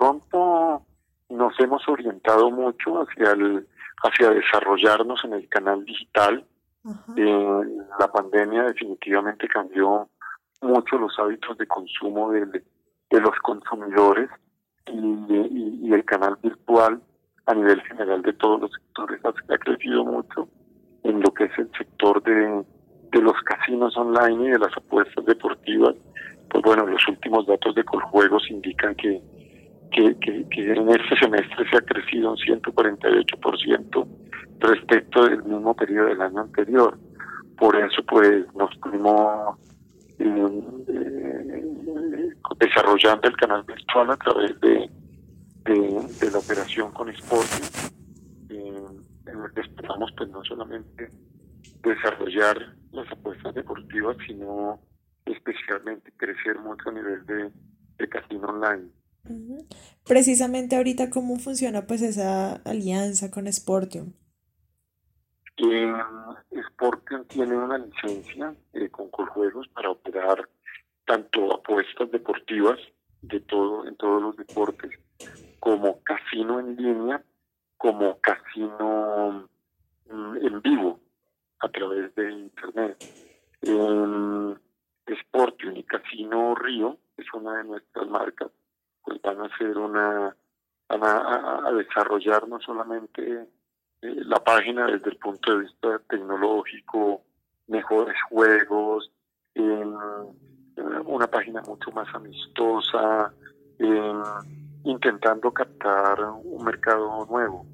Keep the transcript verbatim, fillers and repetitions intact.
pronto nos hemos orientado mucho hacia el, hacia desarrollarnos en el canal digital. Ajá. Eh, la pandemia definitivamente cambió mucho los hábitos de consumo de, de los consumidores y, y, y el canal virtual a nivel general de todos los sectores ha, ha crecido mucho en lo que es el sector de, de los casinos online y de las apuestas deportivas. Pues bueno, los últimos datos de Coljuegos indican que, que, que, que en este semestre se ha crecido un ciento cuarenta y ocho por ciento respecto del mismo periodo del año anterior. Por eso pues nos fuimos eh, eh, desarrollando el canal virtual a través de, de, de la operación con Sporting, eh, en el que esperamos pues no solamente desarrollar las apuestas deportivas, sino especialmente crecer mucho a nivel de, de casino online. Ujú. Precisamente ahorita cómo funciona pues esa alianza con Sportium. Eh, Sporting tiene una licencia eh, con Coljuegos para operar tanto apuestas deportivas de todo en todos los deportes, como casino en línea, como casino mm, en vivo a través de internet. Eh, Sporting y Casino Río, que es una de nuestras marcas, pues van a hacer una, van a, a- a desarrollar no solamente eh, la página desde el punto de vista tecnológico, mejores juegos, em, eh, una página mucho más amistosa, em, intentando captar un mercado nuevo.